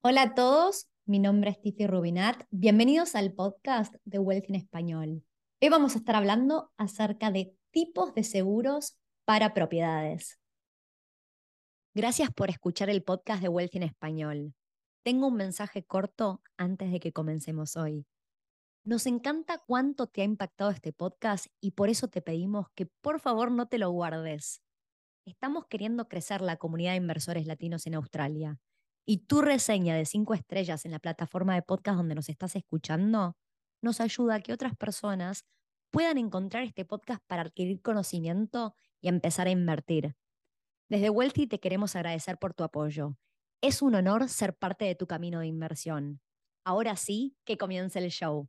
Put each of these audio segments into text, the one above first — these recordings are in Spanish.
Hola a todos, mi nombre es Tiffy Rubinat. Bienvenidos al podcast de Wealth en Español. Hoy vamos a estar hablando acerca de tipos de seguros para propiedades. Gracias por escuchar el podcast de Wealth en Español. Tengo un mensaje corto antes de que comencemos hoy. Nos encanta cuánto te ha impactado este podcast y por eso te pedimos que por favor no te lo guardes. Estamos queriendo crecer la comunidad de inversores latinos en Australia. Y tu reseña de 5 estrellas en la plataforma de podcast donde nos estás escuchando nos ayuda a que otras personas puedan encontrar este podcast para adquirir conocimiento y empezar a invertir. Desde Wealthy te queremos agradecer por tu apoyo. Es un honor ser parte de tu camino de inversión. Ahora sí, que comience el show.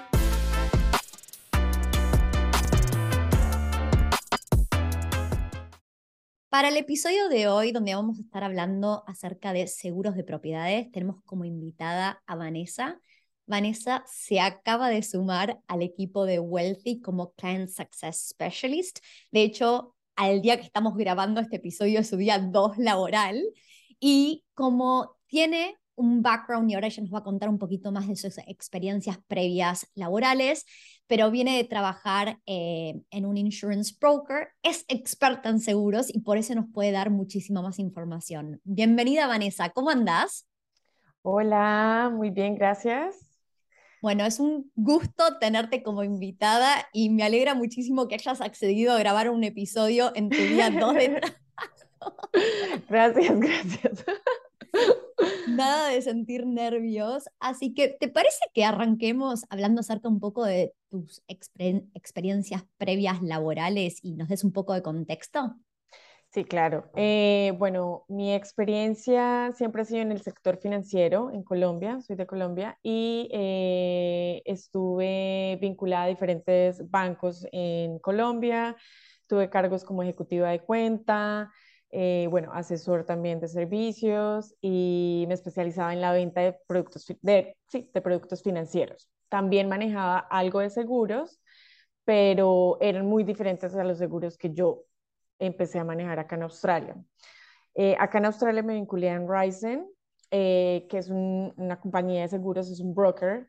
Para el episodio de hoy, donde vamos a estar hablando acerca de seguros de propiedades, tenemos como invitada a Vanessa. Vanessa se acaba de sumar al equipo de Wealthy como Client Success Specialist. De hecho, al día que estamos grabando este episodio es su día 2 laboral. Y como tiene un background y ahora ella nos va a contar un poquito más de sus experiencias previas laborales, pero viene de trabajar en un insurance broker, es experta en seguros y por eso nos puede dar muchísima más información. Bienvenida, Vanessa, ¿cómo andás? Hola, muy bien, gracias. Bueno, es un gusto tenerte como invitada y me alegra muchísimo que hayas accedido a grabar un episodio en tu día 2 de trabajo. Gracias, gracias. Nada de sentir nervios. Así que, ¿te parece que arranquemos hablando acerca un poco de tus experiencias previas laborales y nos des un poco de contexto? Sí, claro. Bueno, mi experiencia siempre ha sido en el sector financiero en Colombia, soy de Colombia, y estuve vinculada a diferentes bancos en Colombia, tuve cargos como ejecutiva de cuenta, bueno, asesor también de servicios y me especializaba en la venta de productos, sí, de productos financieros. También manejaba algo de seguros, pero eran muy diferentes a los seguros que yo empecé a manejar acá en Australia. Acá en Australia me vinculé a Ryzen, que es una compañía de seguros, es un broker.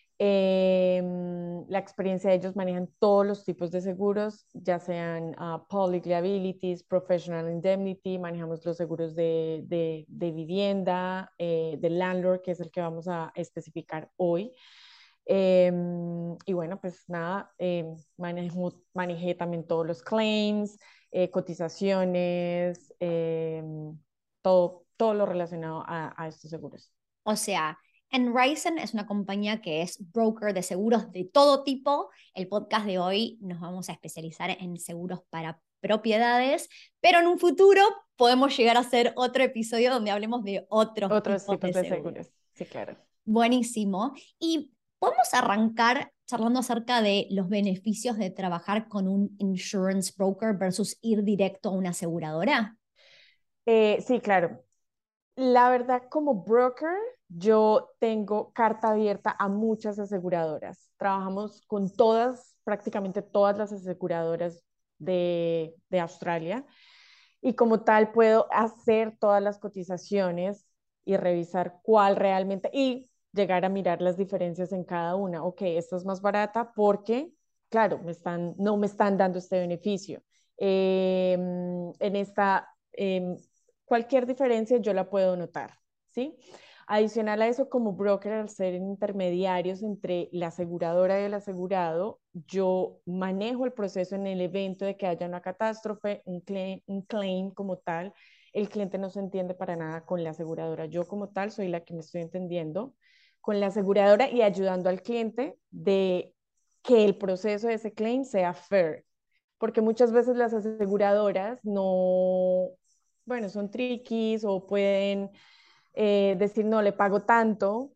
La experiencia de ellos manejan todos los tipos de seguros, ya sean public liabilities, professional indemnity, manejamos los seguros de vivienda, de landlord, que es el que vamos a especificar hoy. Y bueno, pues nada, manejé también todos los claims, cotizaciones, todo lo relacionado a estos seguros. O sea, Enraizen es una compañía que es broker de seguros de todo tipo. El podcast de hoy nos vamos a especializar en seguros para propiedades, pero en un futuro podemos llegar a hacer otro episodio donde hablemos de otros Otros tipos tipos de de seguros. seguros, sí, claro. Buenísimo. Y podemos arrancar charlando acerca de los beneficios de trabajar con un insurance broker versus ir directo a una aseguradora. Sí, claro. La verdad, como broker, yo tengo carta abierta a muchas aseguradoras. Trabajamos con todas, prácticamente todas las aseguradoras de Australia. Y como tal, puedo hacer todas las cotizaciones y revisar cuál realmente, y llegar a mirar las diferencias en cada una. Ok, esta es más barata porque, claro, no me están dando este beneficio. En esta, cualquier diferencia yo la puedo notar, ¿sí? Adicional a eso, como broker, al ser intermediarios entre la aseguradora y el asegurado, yo manejo el proceso en el evento de que haya una catástrofe, un claim como tal. El cliente no se entiende para nada con la aseguradora. Yo como tal soy la que me estoy entendiendo con la aseguradora y ayudando al cliente de que el proceso de ese claim sea fair, porque muchas veces las aseguradoras no, bueno, son trickies o pueden decir no, le pago tanto.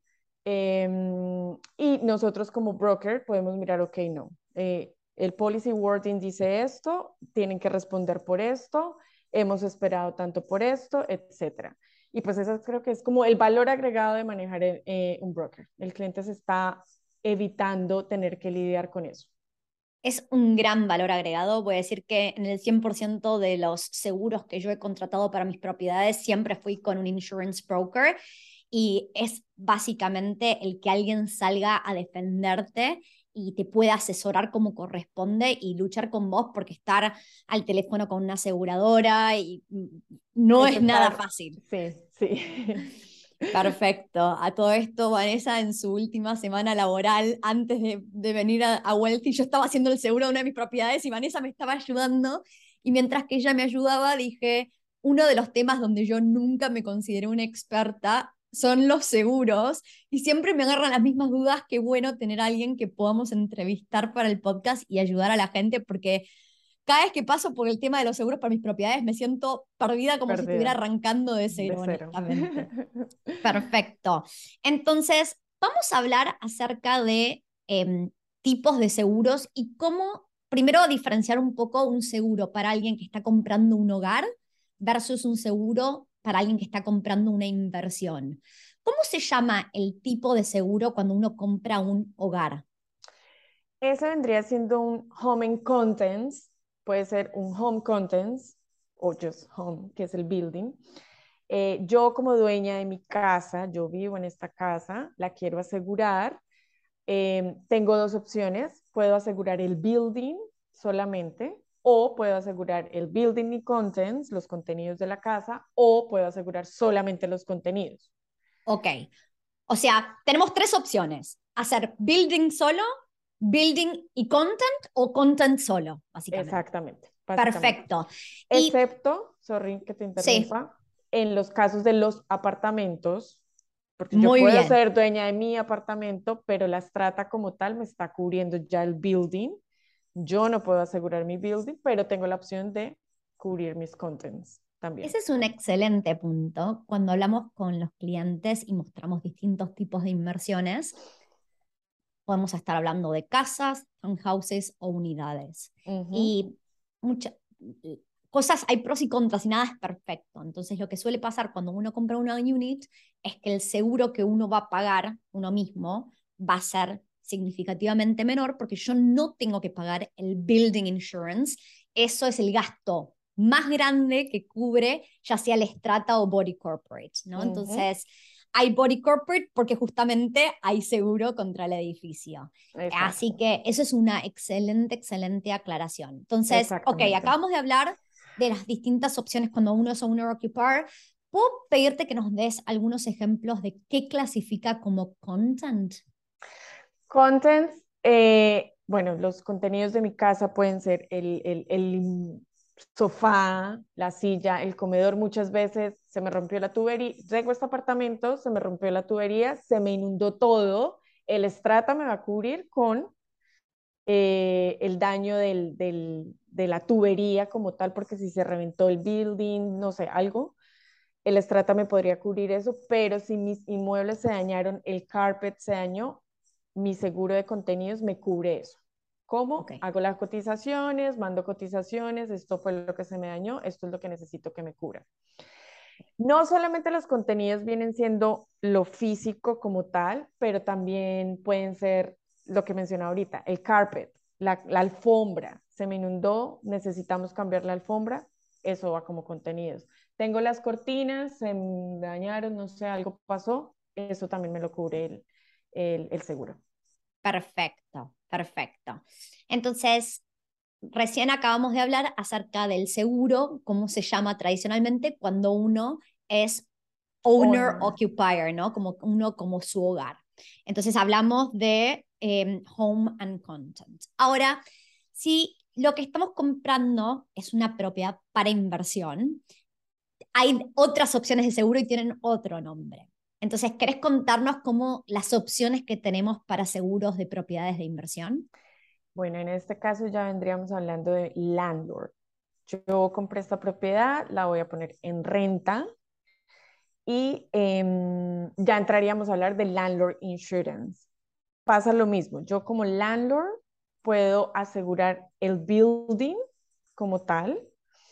Y nosotros como broker podemos mirar, ok, no, el policy wording dice esto, tienen que responder por esto, hemos esperado tanto por esto, etcétera. Y pues eso creo que es como el valor agregado de manejar un broker. El cliente se está evitando tener que lidiar con eso. Es un gran valor agregado. Voy a decir que en el 100% de los seguros que yo he contratado para mis propiedades siempre fui con un insurance broker. y es básicamente el que alguien salga a defenderte y te pueda asesorar como corresponde y luchar con vos, porque estar al teléfono con una aseguradora y no Es es nada estar, fácil. sí, sí. Perfecto. A todo esto, Vanessa, en su última semana laboral, antes de venir a Wealthy, yo estaba haciendo el seguro de una de mis propiedades y Vanessa me estaba ayudando. Y mientras que ella me ayudaba, dije, uno de los temas donde yo nunca me consideré una experta son los seguros. Y siempre me agarran las mismas dudas. Qué bueno tener a alguien que podamos entrevistar para el podcast y ayudar a la gente, porque cada vez que paso por el tema de los seguros para mis propiedades, me siento perdida como si estuviera Perdida, arrancando de de cero, cero. honestamente. Perfecto. Entonces, vamos a hablar acerca de tipos de seguros y cómo, primero, diferenciar un poco un seguro para alguien que está comprando un hogar versus un seguro para alguien que está comprando una inversión. ¿Cómo se llama el tipo de seguro cuando uno compra un hogar? Ese vendría siendo un home and contents, puede ser un home contents o just home, que es el building. Yo como dueña de mi casa, yo vivo en esta casa, la quiero asegurar. Tengo dos opciones, puedo asegurar el building solamente o puedo asegurar el building y contents, los contenidos de la casa, o puedo asegurar solamente los contenidos. Ok. O sea, tenemos tres opciones. Hacer building solo, building y content o content solo, básicamente. Exactamente, básicamente. Perfecto. Y Excepto, sorry que te sí, interrumpa, en los casos de los apartamentos, porque yo muy puedo bien. ser dueña de mi apartamento, pero la strata como tal me está cubriendo ya el building. Yo no puedo asegurar mi building, pero tengo la opción de cubrir mis contents también. Ese es un excelente punto. Cuando hablamos con los clientes y mostramos distintos tipos de inversiones, podemos estar hablando de casas, townhouses o unidades. Ujú. Y muchas cosas, hay pros y contras y nada es perfecto. Entonces, lo que suele pasar cuando uno compra una unit es que el seguro que uno va a pagar uno mismo va a ser significativamente menor porque yo no tengo que pagar el building insurance. Eso es el gasto más grande que cubre ya sea el strata o body corporate, ¿no? Ujú. Entonces, hay body corporate porque justamente hay seguro contra el edificio. Así Exacto, que eso es una excelente, excelente aclaración. Entonces, ok, exactamente. acabamos de hablar de las distintas opciones cuando uno es owner occupier. ¿Puedo pedirte que nos des algunos ejemplos de qué clasifica como content? Contents, bueno, los contenidos de mi casa pueden ser el sofá, la silla, el comedor. Muchas veces se me rompió la tubería, llego a este apartamento, se me rompió la tubería, se me inundó todo. El Strata me va a cubrir con el daño de la tubería como tal, porque si se reventó el building, no sé, algo, el Strata me podría cubrir eso, pero si mis inmuebles se dañaron, el carpet se dañó, mi seguro de contenidos me cubre eso. Ok, ¿Cómo? Hago las cotizaciones, mando cotizaciones, esto fue lo que se me dañó, esto es lo que necesito que me cubra. No solamente los contenidos vienen siendo lo físico como tal, pero también pueden ser lo que mencioné ahorita, el carpet, la alfombra, se me inundó, necesitamos cambiar la alfombra, eso va como contenidos. Tengo las cortinas, se me dañaron, no sé, algo pasó, eso también me lo cubre el seguro. perfecto, perfecto. Entonces, recién acabamos de hablar acerca del seguro, cómo se llama tradicionalmente cuando uno es owner Owner. occupier, ¿no? Como uno como su hogar. Entonces hablamos de home and content. Ahora, si lo que estamos comprando es una propiedad para inversión, hay otras opciones de seguro y tienen otro nombre. Entonces, ¿querés contarnos cómo las opciones que tenemos para seguros de propiedades de inversión? Bueno, en este caso ya vendríamos hablando de landlord. Yo compré esta propiedad, la voy a poner en renta y ya entraríamos a hablar de landlord insurance. Pasa lo mismo, yo como landlord puedo asegurar el building como tal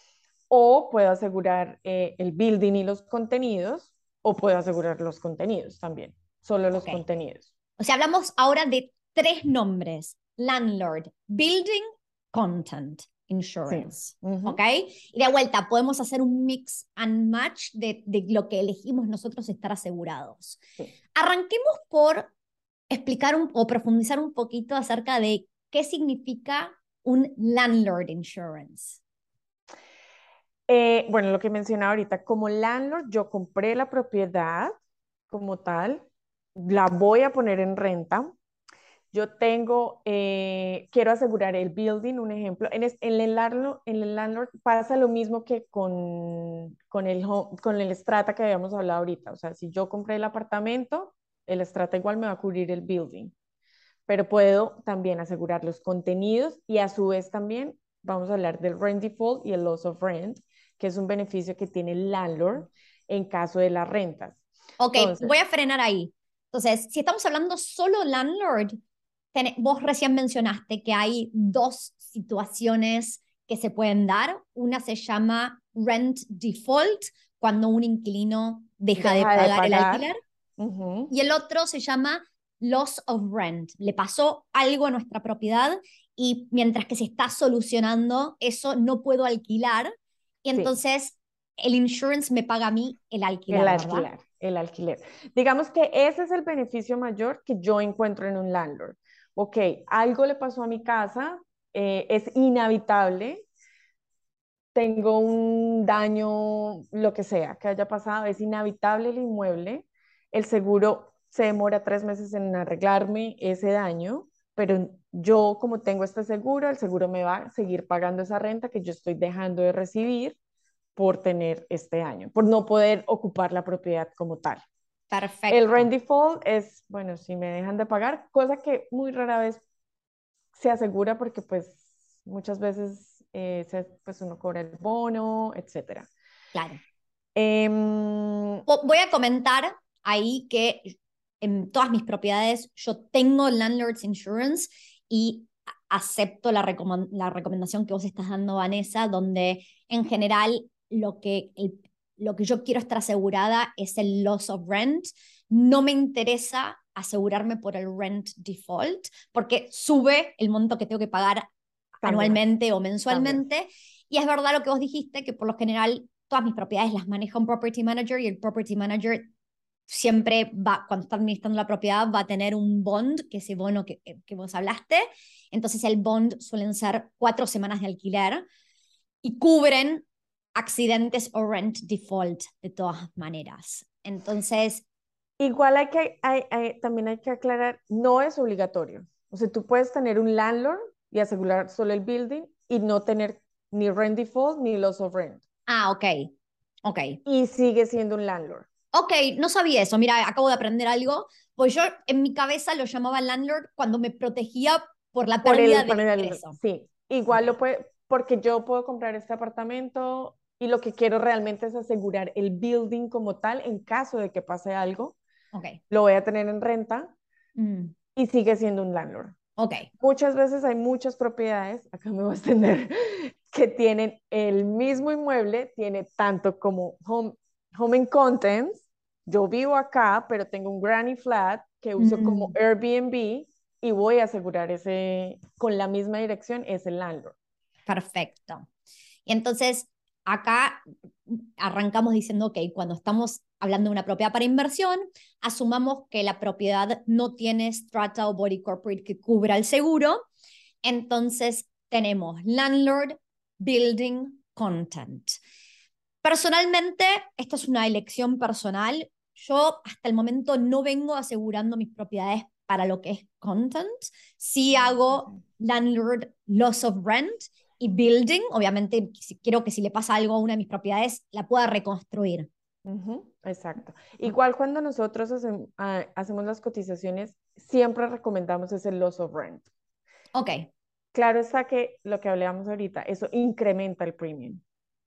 o puedo asegurar el building y los contenidos o puedo asegurar los contenidos también, solo los Ok. contenidos. O sea, hablamos ahora de tres nombres: landlord, building, content. Sí. insurance. Ujú. ¿Ok? Y de vuelta, podemos hacer un mix and match de lo que elegimos nosotros estar asegurados. Sí. Arranquemos por explicar o profundizar un poquito acerca de qué significa un landlord insurance. Bueno, lo que mencionaba ahorita, como landlord, yo compré la propiedad como tal, la voy a poner en renta. Yo tengo, quiero asegurar el building, un ejemplo. En el landlord pasa lo mismo que con el strata que habíamos hablado ahorita. O sea, si yo compré el apartamento, el strata igual me va a cubrir el building, pero puedo también asegurar los contenidos y a su vez también vamos a hablar del rent default y el loss of rent, que es un beneficio que tiene el landlord en caso de las rentas. Ok, Entonces, voy a frenar ahí. Entonces, si estamos hablando solo landlord, vos recién mencionaste que hay dos situaciones que se pueden dar. Una se llama rent default, cuando un inquilino deja de deja de pagar el pagar. alquiler, Ujú. y el otro se llama loss of rent. Le pasó algo a nuestra propiedad y mientras que se está solucionando eso, no puedo alquilar y Sí, entonces el insurance me paga a mí el el alquiler, ¿verdad? alquiler, el alquiler. Digamos que ese es el beneficio mayor que yo encuentro en un landlord. Ok, algo le pasó a mi casa, es inhabitable, tengo un daño, lo que sea que haya pasado, es inhabitable el inmueble, el seguro se demora 3 meses en arreglarme ese daño, pero yo como tengo este seguro, el seguro me va a seguir pagando esa renta que yo estoy dejando de recibir por tener este daño, por no poder ocupar la propiedad como tal. El rent Perfecto. default es, bueno, si me dejan de pagar, cosa que muy rara vez se asegura porque pues muchas veces pues uno cobra el bono, etcétera. Claro. Em, Voy a comentar ahí que en todas mis propiedades yo tengo landlord's insurance y acepto la recomendación que vos estás dando, Vanessa, donde en general lo que yo quiero estar asegurada es el loss of rent. No me interesa asegurarme por el rent default porque sube el monto que tengo que pagar también, anualmente o también. mensualmente. Y es verdad lo que vos dijiste, que por lo general todas mis propiedades las maneja un property manager y el property manager siempre va, cuando está administrando la propiedad, va a tener un bond, que ese bono que vos hablaste. Entonces el bond suelen ser 4 semanas de alquiler y cubren accidentes o rent default de todas maneras. Entonces, Igual también hay que aclarar, no es obligatorio. O sea, tú puedes tener un landlord y asegurar solo el building y no tener ni rent default ni loss of rent. ok, ok. Y sigue siendo un landlord. Ok, no sabía eso. Mira, acabo de aprender algo. Pues yo en mi cabeza lo llamaba landlord cuando me protegía por la pérdida del ingreso. Sí, Ok, igual lo puede, porque yo puedo comprar este apartamento y lo que quiero realmente es asegurar el building como tal en caso de que pase algo, ok, lo voy a tener en renta mm, y sigue siendo un landlord. ok. Muchas veces hay muchas propiedades, acá me voy a extender, que tienen el mismo inmueble, tiene tanto como home and contents, yo vivo acá, pero tengo un granny flat que uso como Mm, Airbnb y voy a asegurar ese, con la misma dirección, es el landlord. perfecto. Y entonces, acá arrancamos diciendo, ok, cuando estamos hablando de una propiedad para inversión, asumamos que la propiedad no tiene strata o body corporate que cubra el seguro. Entonces, tenemos landlord, building, content. Personalmente, esto es una elección personal. Yo hasta el momento no vengo asegurando mis propiedades para lo que es content. Sí hago landlord loss of rent y building. Obviamente, quiero que si le pasa algo a una de mis propiedades, la pueda reconstruir. Ujú, exacto. Igual cuando nosotros hacemos las cotizaciones, siempre recomendamos ese loss of rent. Ok, Claro está que lo que hablábamos ahorita, eso incrementa el premium,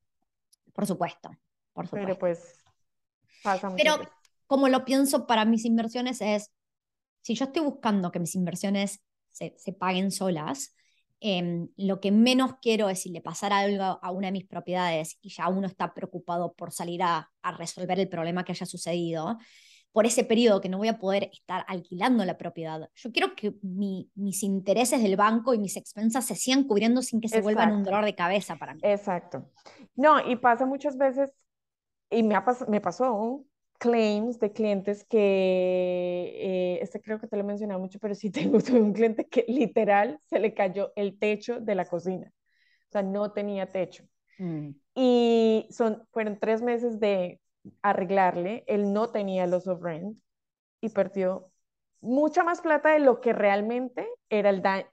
por supuesto, por pero supuesto. pues pasa muchas Pero veces. como lo pienso para mis inversiones es, si yo estoy buscando que mis inversiones se paguen solas, lo que menos quiero es si le pasara algo a una de mis propiedades y ya uno está preocupado por salir a resolver el problema que haya sucedido, por ese periodo que no voy a poder estar alquilando la propiedad. Yo quiero que mis intereses del banco y mis expensas se sigan cubriendo sin que se vuelvan un Exacto, dolor de cabeza para mí. exacto. No, y pasa muchas veces, y me pasó claims de clientes que, este creo que te lo he mencionado mucho, pero sí tuve un cliente que literal se le cayó el techo de la cocina. O sea, no tenía techo. Mm. Y fueron 3 meses de arreglarle. Él no tenía los of rent y perdió mucha más plata de lo que realmente era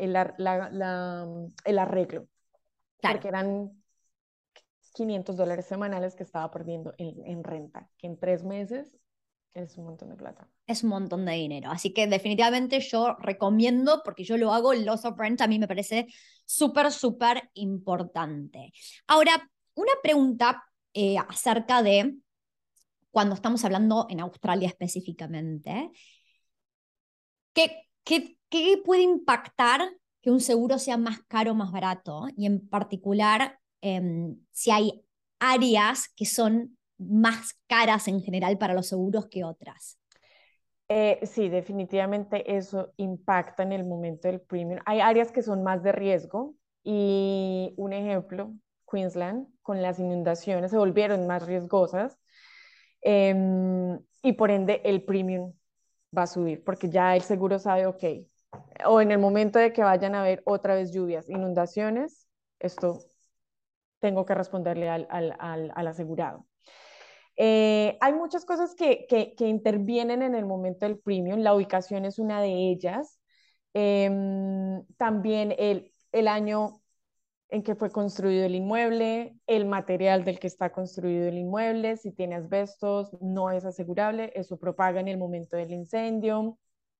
el arreglo, Claro. porque eran $500 semanales que estaba perdiendo en renta, que en 3 meses es un montón de plata. Es un montón de dinero. Así que definitivamente yo recomiendo, porque yo lo hago, el loss of rent a mí me parece súper, súper importante. Ahora, una pregunta acerca de cuando estamos hablando en Australia específicamente. ¿Qué puede impactar que un seguro sea más caro o más barato? Y en particular, si hay áreas que son más caras en general para los seguros que otras. Sí, definitivamente eso impacta en el momento del premium. Hay áreas que son más de riesgo y un ejemplo, Queensland, con las inundaciones se volvieron más riesgosas y por ende el premium va a subir porque ya el seguro sabe, ok, o en el momento de que vayan a haber otra vez lluvias, inundaciones, esto tengo que responderle al asegurado. Hay muchas cosas que intervienen en el momento del premium. La ubicación es una de ellas. También el año en que fue construido el inmueble, el material del que está construido el inmueble, si tiene asbestos, no es asegurable, eso propaga en el momento del incendio.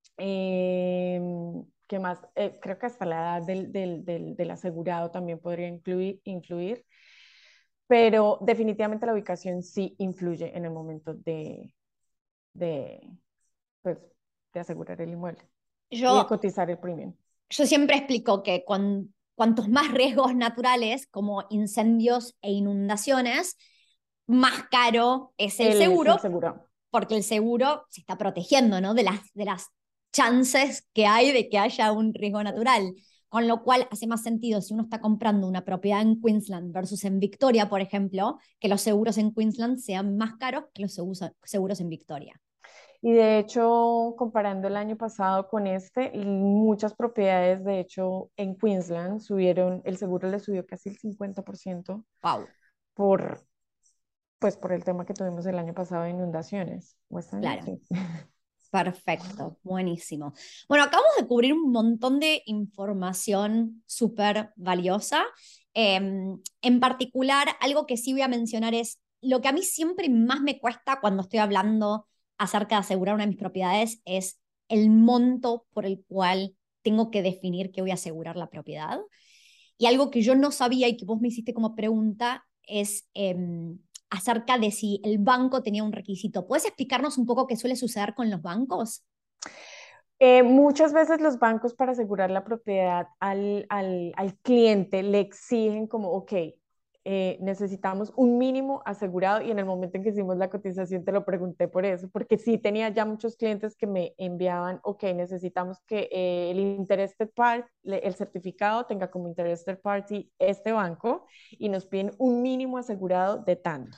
¿Qué más? Creo que hasta la edad del asegurado también podría influir, pero definitivamente la ubicación sí influye en el momento de, pues, de asegurar el inmueble y de Yo, cotizar el premium. yo siempre explico que cuantos más riesgos naturales, como incendios e inundaciones, más caro es el El seguro, seguro. porque el seguro se está protegiendo, ¿no? De las chances que hay de que haya un riesgo natural. Con lo cual hace más sentido si uno está comprando una propiedad en Queensland versus en Victoria, por ejemplo, que los seguros en Queensland sean más caros que los seguros en Victoria. Y de hecho, comparando el año pasado con este, muchas propiedades, de hecho, en Queensland subieron, el seguro le subió casi el 50% Wow, por, pues, por el tema que tuvimos el año pasado de inundaciones. ¿O este año? claro. Sí. Perfecto, buenísimo. Bueno, acabamos de cubrir un montón de información súper valiosa. En particular, algo que sí voy a mencionar es lo que a mí siempre más me cuesta cuando estoy hablando acerca de asegurar una de mis propiedades es el monto por el cual tengo que definir que voy a asegurar la propiedad. Y algo que yo no sabía y que vos me hiciste como pregunta es acerca de si el banco tenía un requisito. ¿Puedes explicarnos un poco qué suele suceder con los bancos? Muchas veces los bancos para asegurar la propiedad al cliente le exigen como, ok, necesitamos un mínimo asegurado y en el momento en que hicimos la cotización te lo pregunté por eso, porque sí tenía ya muchos clientes que me enviaban, ok, necesitamos que el interested party, el certificado tenga como interested party este banco y nos piden un mínimo asegurado de tanto.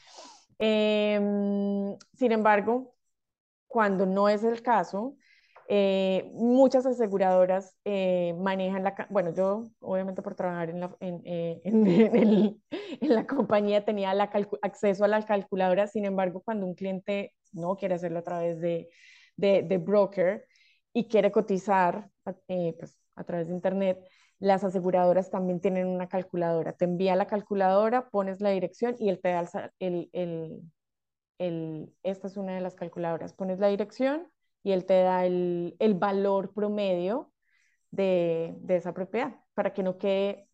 Sin embargo, cuando no es el caso, muchas aseguradoras manejan bueno, yo obviamente por trabajar en la compañía tenía acceso a la calculadora, sin embargo, cuando un cliente no quiere hacerlo a través de broker y quiere cotizar pues, a través de internet, las aseguradoras también tienen una calculadora. Te envía la calculadora, pones la dirección y él te da esta es una de las calculadoras. Pones la dirección y él te da el valor promedio de esa propiedad para que no quede.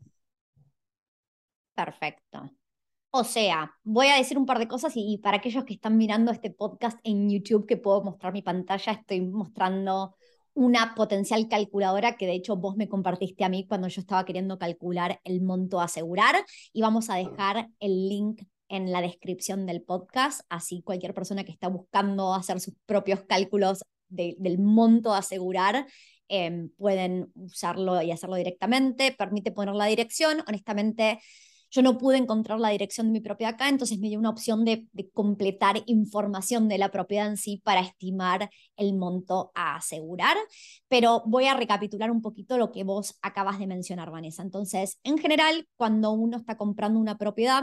Perfecto. O sea, voy a decir un par de cosas y para aquellos que están mirando este podcast en YouTube, que puedo mostrar mi pantalla, estoy mostrando una potencial calculadora que de hecho vos me compartiste a mí cuando yo estaba queriendo calcular el monto a asegurar y vamos a dejar el link en la descripción del podcast, así cualquier persona que está buscando hacer sus propios cálculos del monto a asegurar, pueden usarlo y hacerlo directamente. Permite poner la dirección. Honestamente, yo no pude encontrar la dirección de mi propiedad acá, entonces me dio una opción de completar información de la propiedad en sí para estimar el monto a asegurar. Pero voy a recapitular un poquito lo que vos acabas de mencionar, Vanessa. Entonces, en general, cuando uno está comprando una propiedad,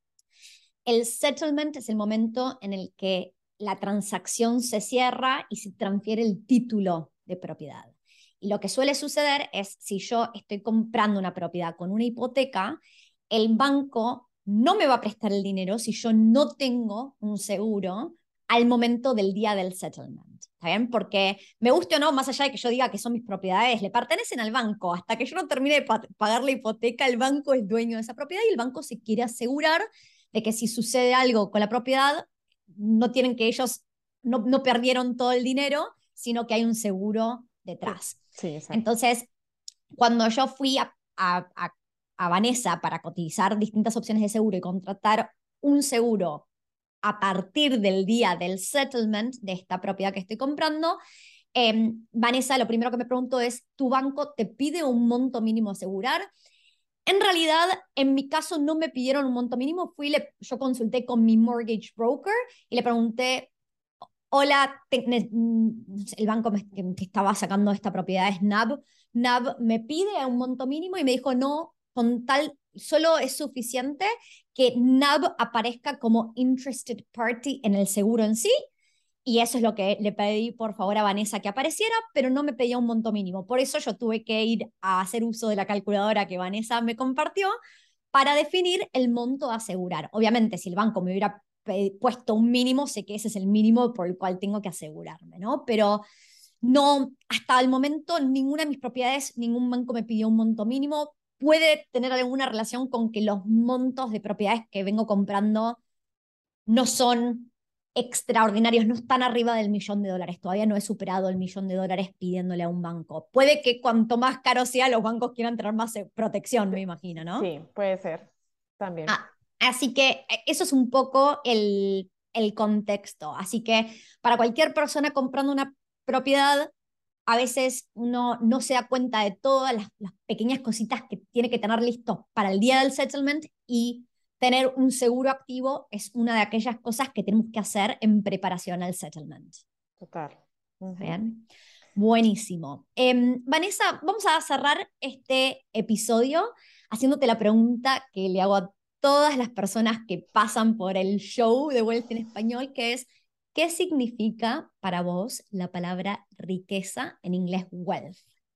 el settlement es el momento en el que la transacción se cierra y se transfiere el título de propiedad. Y lo que suele suceder es, si yo estoy comprando una propiedad con una hipoteca, el banco no me va a prestar el dinero si yo no tengo un seguro al momento del día del settlement. ¿Está bien? Porque me guste o no, más allá de que yo diga que son mis propiedades, le pertenecen al banco. Hasta que yo no termine de pagar la hipoteca, el banco es dueño de esa propiedad y el banco se quiere asegurar de que si sucede algo con la propiedad, no tienen que ellos, no perdieron todo el dinero, sino que hay un seguro Sí, detrás. sí, exacto. Entonces, cuando yo fui a Vanessa para cotizar distintas opciones de seguro y contratar un seguro a partir del día del settlement de esta propiedad que estoy comprando, Vanessa, lo primero que me preguntó es, ¿tu banco te pide un monto mínimo a asegurar? En realidad, en mi caso no me pidieron un monto mínimo, yo consulté con mi mortgage broker y le pregunté, hola, el banco que estaba sacando esta propiedad es NAB. NAB me pide un monto mínimo y me dijo, no, con tal, solo es suficiente que NAB aparezca como interested party en el seguro en sí. Y eso es lo que le pedí, por favor, a Vanessa que apareciera, pero no me pedía un monto mínimo. Por eso yo tuve que ir a hacer uso de la calculadora que Vanessa me compartió para definir el monto a asegurar. Obviamente, si el banco me hubiera puesto un mínimo, sé que ese es el mínimo por el cual tengo que asegurarme, ¿no? Pero no, hasta el momento, ninguna de mis propiedades, ningún banco me pidió un monto mínimo. Puede tener alguna relación con que los montos de propiedades que vengo comprando no son extraordinarios, no están arriba del $1.000.000. Todavía no he superado el $1.000.000 pidiéndole a un banco. Puede que cuanto más caro sea, los bancos quieran tener más protección, me imagino, ¿no? Sí, puede ser también. Así que eso es un poco el contexto. Así que para cualquier persona comprando una propiedad, a veces uno no se da cuenta de todas las pequeñas cositas que tiene que tener listo para el día del settlement, y tener un seguro activo es una de aquellas cosas que tenemos que hacer en preparación al settlement. Total. Ujú. ¿Bien? Buenísimo. Vanessa, vamos a cerrar este episodio haciéndote la pregunta que le hago a todas las personas que pasan por el show de Wealth en Español, que es, ¿qué significa para vos la palabra riqueza, en inglés wealth?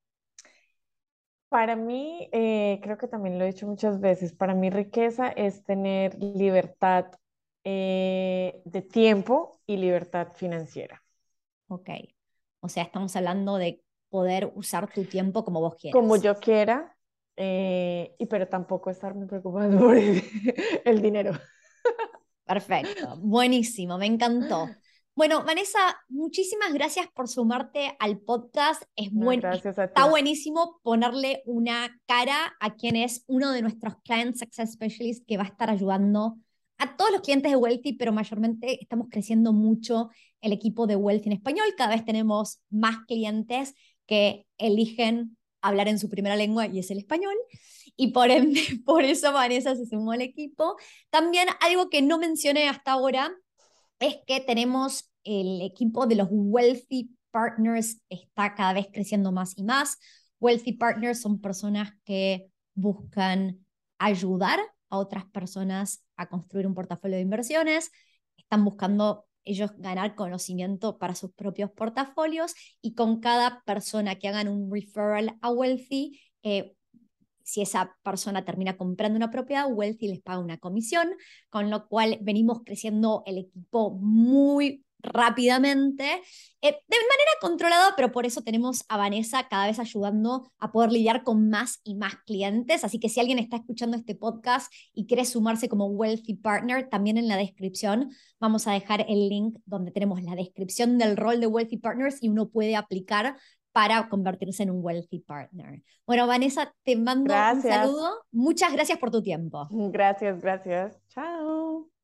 Para mí, creo que también lo he dicho muchas veces, para mí riqueza es tener libertad de tiempo y libertad financiera. Ok. O sea, estamos hablando de poder usar tu tiempo como vos Como quieras. yo quiera, y pero tampoco estarme preocupando por el dinero. Perfecto, buenísimo, me encantó. Bueno, Vanessa, muchísimas gracias por sumarte al podcast. No, gracias a Está ti. buenísimo ponerle una cara a quien es uno de nuestros Client Success Specialists que va a estar ayudando a todos los clientes de Wealthy, pero mayormente estamos creciendo mucho el equipo de Wealthy en español. Cada vez tenemos más clientes que eligen hablar en su primera lengua y es el español. Y por ende, por eso Vanessa se sumó al equipo. También algo que no mencioné hasta ahora es que tenemos el equipo de los Wealthy Partners, está cada vez creciendo más y más. Wealthy Partners son personas que buscan ayudar a otras personas a construir un portafolio de inversiones, están buscando ellos ganar conocimiento para sus propios portafolios, y con cada persona que hagan un referral a Wealthy, si esa persona termina comprando una propiedad, Wealthy les paga una comisión, con lo cual venimos creciendo el equipo muy rápidamente, de manera controlada, pero por eso tenemos a Vanessa cada vez ayudando a poder lidiar con más y más clientes. Así que si alguien está escuchando este podcast y quiere sumarse como Wealthy Partner, también en la descripción vamos a dejar el link donde tenemos la descripción del rol de Wealthy Partners y uno puede aplicar para convertirse en un Wealthy Partner. Bueno, Vanessa, te mando un Gracias. saludo. Muchas gracias por tu tiempo. Gracias, gracias. Chao.